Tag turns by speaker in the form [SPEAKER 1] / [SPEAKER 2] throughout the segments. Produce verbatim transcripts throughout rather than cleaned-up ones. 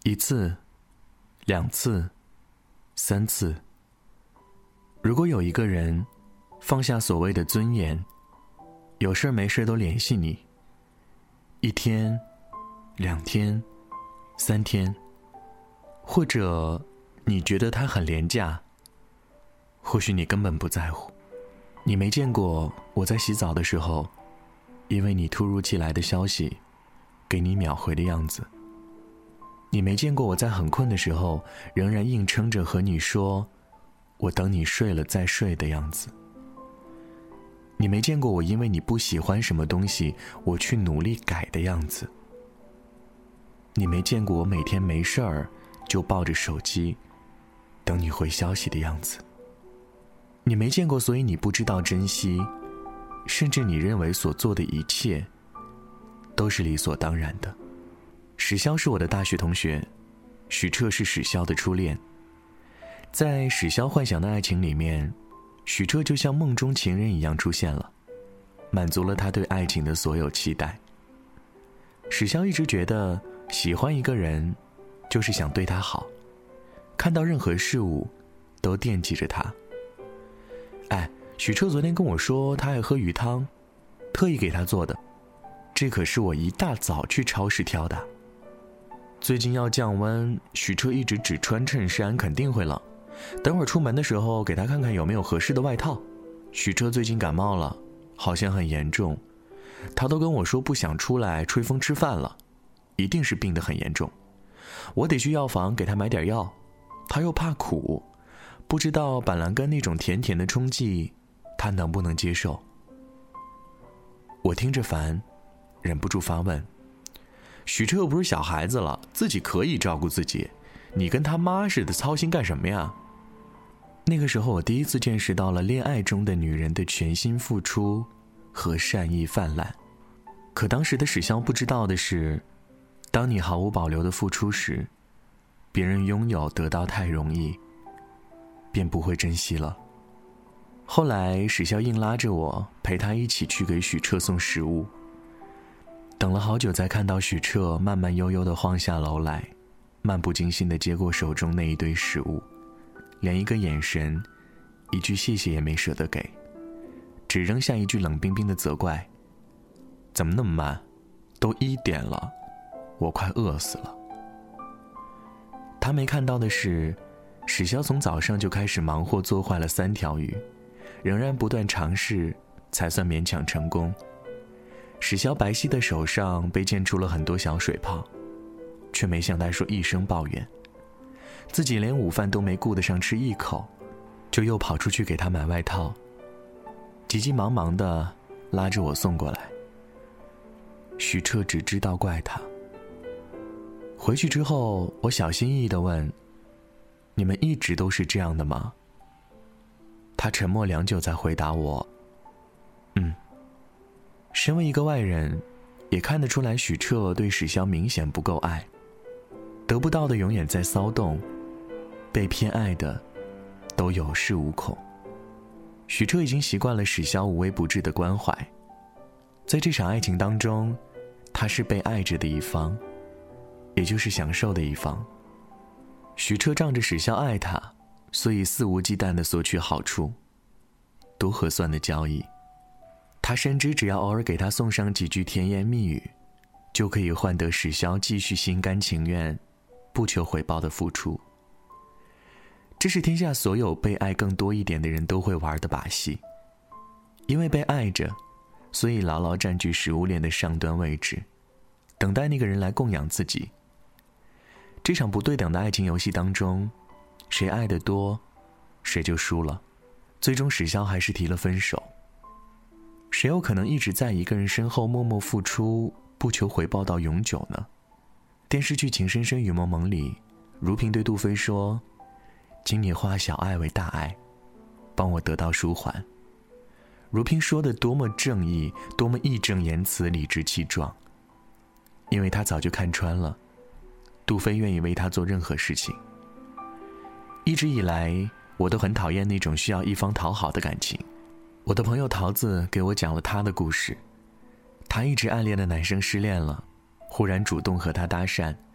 [SPEAKER 1] 一次，两次，三次。如果有一个人放下所谓的尊严，有事没事都联系你，一天、两天、三天，或者你觉得他很廉价，或许你根本不在乎。你没见过我在洗澡的时候，因为你突如其来的消息给你秒回的样子。你没见过我在很困的时候仍然硬撑着和你说我等你睡了再睡的样子。你没见过我因为你不喜欢什么东西我去努力改的样子。你没见过我每天没事儿就抱着手机等你回消息的样子。你没见过，所以你不知道珍惜，甚至你认为所做的一切都是理所当然的。史潇是我的大学同学，许彻是史潇的初恋。在史潇幻想的爱情里面，许彻就像梦中情人一样出现了，满足了他对爱情的所有期待。史潇一直觉得喜欢一个人就是想对他好，看到任何事物都惦记着他。哎，许彻昨天跟我说他爱喝鱼汤，特意给他做的，这可是我一大早去超市挑的。最近要降温，许彻一直只穿衬衫，肯定会冷。等会儿出门的时候给他看看有没有合适的外套。许彻最近感冒了，好像很严重，他都跟我说不想出来吹风吃饭了，一定是病得很严重。我得去药房给他买点药，他又怕苦，不知道板蓝根那种甜甜的冲剂他能不能接受。我听着烦，忍不住发问，许彻又不是小孩子了，自己可以照顾自己，你跟他妈似的操心干什么呀？那个时候我第一次见识到了恋爱中的女人的全心付出和善意泛滥。可当时的史潇不知道的是，当你毫无保留的付出时，别人拥有得到太容易，便不会珍惜了。后来史潇硬拉着我陪他一起去给许彻送食物，等了好久才看到许彻慢慢悠悠地晃下楼来，漫不经心地接过手中那一堆食物，连一个眼神一句谢谢也没舍得给，只扔下一句冷冰冰的责怪，怎么那么慢，都一点了，我快饿死了。他没看到的是，史潇从早上就开始忙活做坏了三条鱼，仍然不断尝试才算勉强成功。史潇白皙的手上被溅出了很多小水泡，却没向他说一声抱怨，自己连午饭都没顾得上吃一口，就又跑出去给他买外套，急急忙忙地拉着我送过来。许彻只知道怪他。回去之后，我小心翼翼地问，你们一直都是这样的吗？他沉默良久才回答我，嗯。身为一个外人，也看得出来许彻对史潇明显不够爱，得不到的永远在骚动，被偏爱的都有恃无恐。许彻已经习惯了史潇无微不至的关怀，在这场爱情当中，他是被爱着的一方，也就是享受的一方。许彻仗着史潇爱他，所以肆无忌惮地索取好处，多合算的交易。他深知只要偶尔给他送上几句甜言蜜语，就可以换得史潇继续心甘情愿不求回报的付出。这是天下所有被爱更多一点的人都会玩的把戏。因为被爱着，所以牢牢占据食物链的上端位置，等待那个人来供养自己。这场不对等的爱情游戏当中，谁爱得多，谁就输了。最终史潇还是提了分手。谁有可能一直在一个人身后默默付出，不求回报到永久呢？电视剧《情深深雨蒙蒙》里，如萍对杜飞说，请你化小爱为大爱，帮我得到舒缓。如萍说的多么正义，多么义正言辞，理直气壮，因为她早就看穿了杜飞愿意为她做任何事情。一直以来我都很讨厌那种需要一方讨好的感情。我的朋友桃子给我讲了他的故事，他一直暗恋的男生失恋了，忽然主动和他搭讪，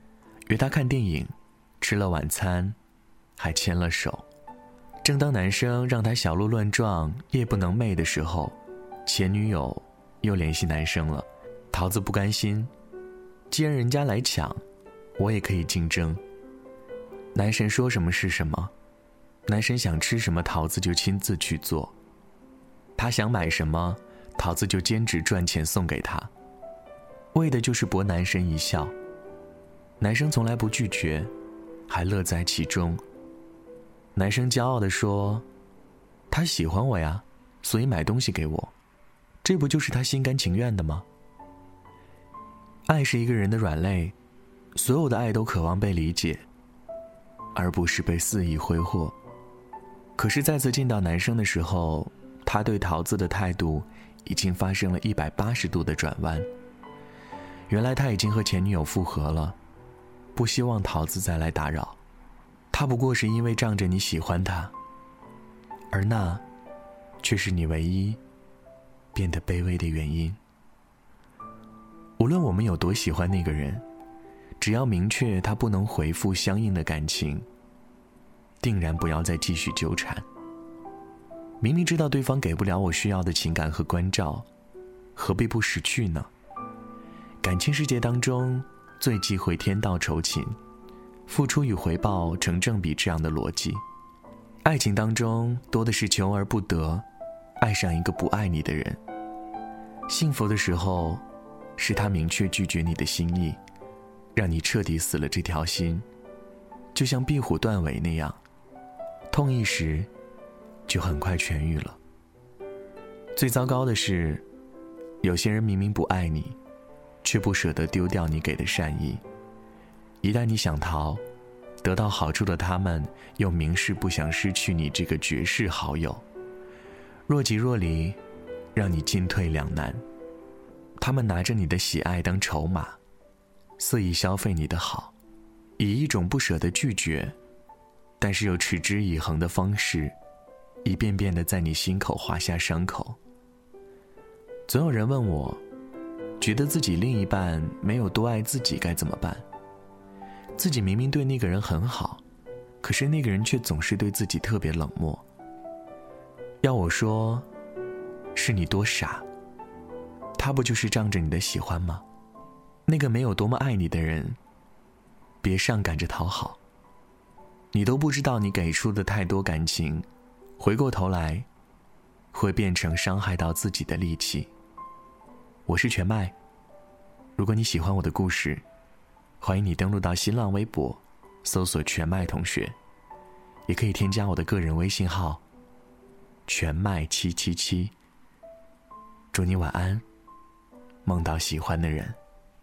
[SPEAKER 1] 约他看电影，吃了晚餐，还牵了手。正当男生让他小鹿乱撞夜不能寐的时候，前女友又联系男生了。桃子不甘心，既然人家来抢，我也可以竞争。男神说什么是什么，男神想吃什么，桃子就亲自去做。他想买什么，桃子就兼职赚钱送给他，为的就是博男神一笑。男生从来不拒绝，还乐在其中。男生骄傲地说，他喜欢我呀，所以买东西给我，这不就是他心甘情愿的吗？爱是一个人的软肋，所有的爱都渴望被理解，而不是被肆意挥霍。可是再次见到男生的时候，他对桃子的态度已经发生了一百八十度的转弯。原来他已经和前女友复合了，不希望桃子再来打扰。他不过是因为仗着你喜欢他，而那却是你唯一变得卑微的原因。无论我们有多喜欢那个人，只要明确他不能回复相应的感情，定然不要再继续纠缠。明明知道对方给不了我需要的情感和关照，何必不识趣呢？感情世界当中最忌讳天道酬勤，付出与回报成正比这样的逻辑。爱情当中多的是求而不得，爱上一个不爱你的人。幸福的时候是他明确拒绝你的心意，让你彻底死了这条心，就像壁虎断尾那样，痛一时就很快痊愈了。最糟糕的是，有些人明明不爱你，却不舍得丢掉你给的善意。一旦你想逃，得到好处的他们又明示不想失去你这个绝世好友，若即若离，让你进退两难。他们拿着你的喜爱当筹码，肆意消费你的好，以一种不舍得拒绝，但是又持之以恒的方式，一遍遍地在你心口划下伤口。总有人问我，觉得自己另一半没有多爱自己该怎么办？自己明明对那个人很好，可是那个人却总是对自己特别冷漠。要我说，是你多傻，他不就是仗着你的喜欢吗？那个没有多么爱你的人，别上赶着讨好。你都不知道你给出的太多感情，回过头来会变成伤害到自己的利器。我是全麦，如果你喜欢我的故事，欢迎你登录到新浪微博搜索全麦同学，也可以添加我的个人微信号全麦七七七。祝你晚安，梦到喜欢的人。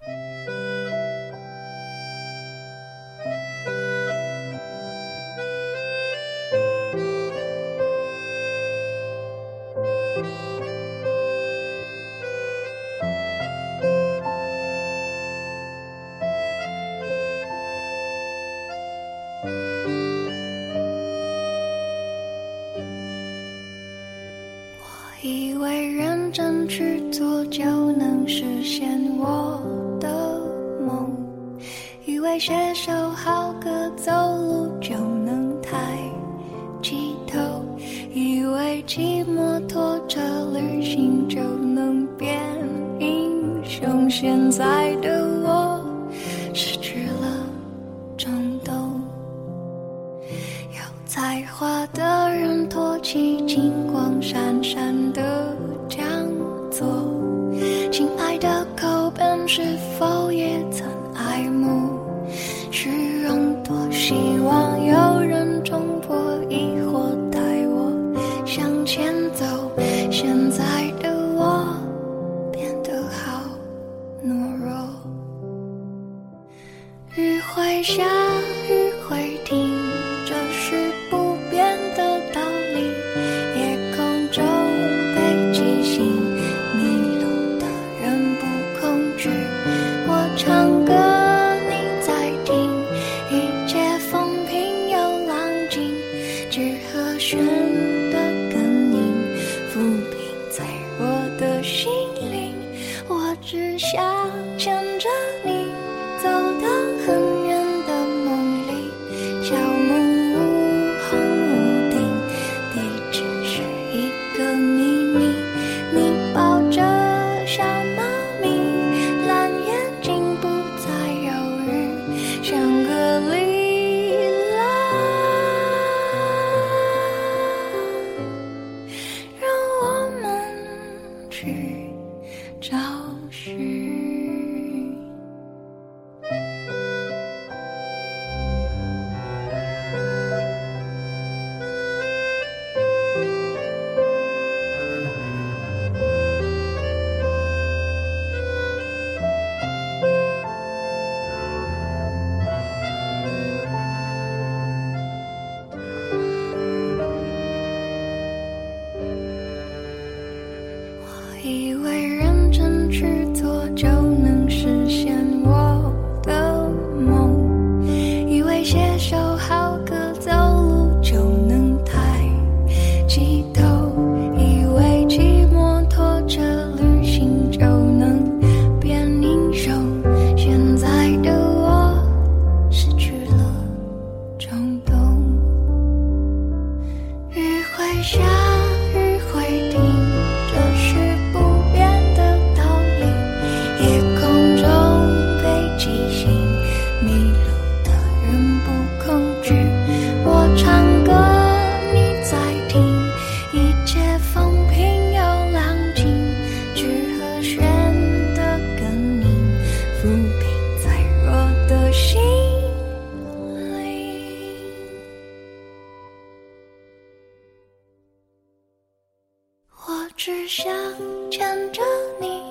[SPEAKER 2] 以为认真去做就能实现我的梦，以为写首好歌走路就能抬起头，以为骑摩托车旅行就能变英雄，现在的我失去了冲动。有才华的人托起金光闪闪的讲座，亲爱的口本是否也曾爱慕虚荣？多希望有人冲破疑惑带我向前走，现在的我变得好懦弱。雨会下，雨会停，这是不变的道理。夜空中北极星，迷路的人不恐惧。我唱歌你在听，一切风平又浪静，只和弦的根音抚平脆弱的心灵。我只想牵着你走到很远为携手好歌走路就能抬起头，以为骑摩托车旅行就能变英雄，现在的我失去了冲动。雨会下雨会停，这是不变的道理，夜空中北极星，迷路的人不恐惧，我唱歌你在听，一切风平又浪静，去和弦的根音，抚平再弱的心灵。我只想牵着你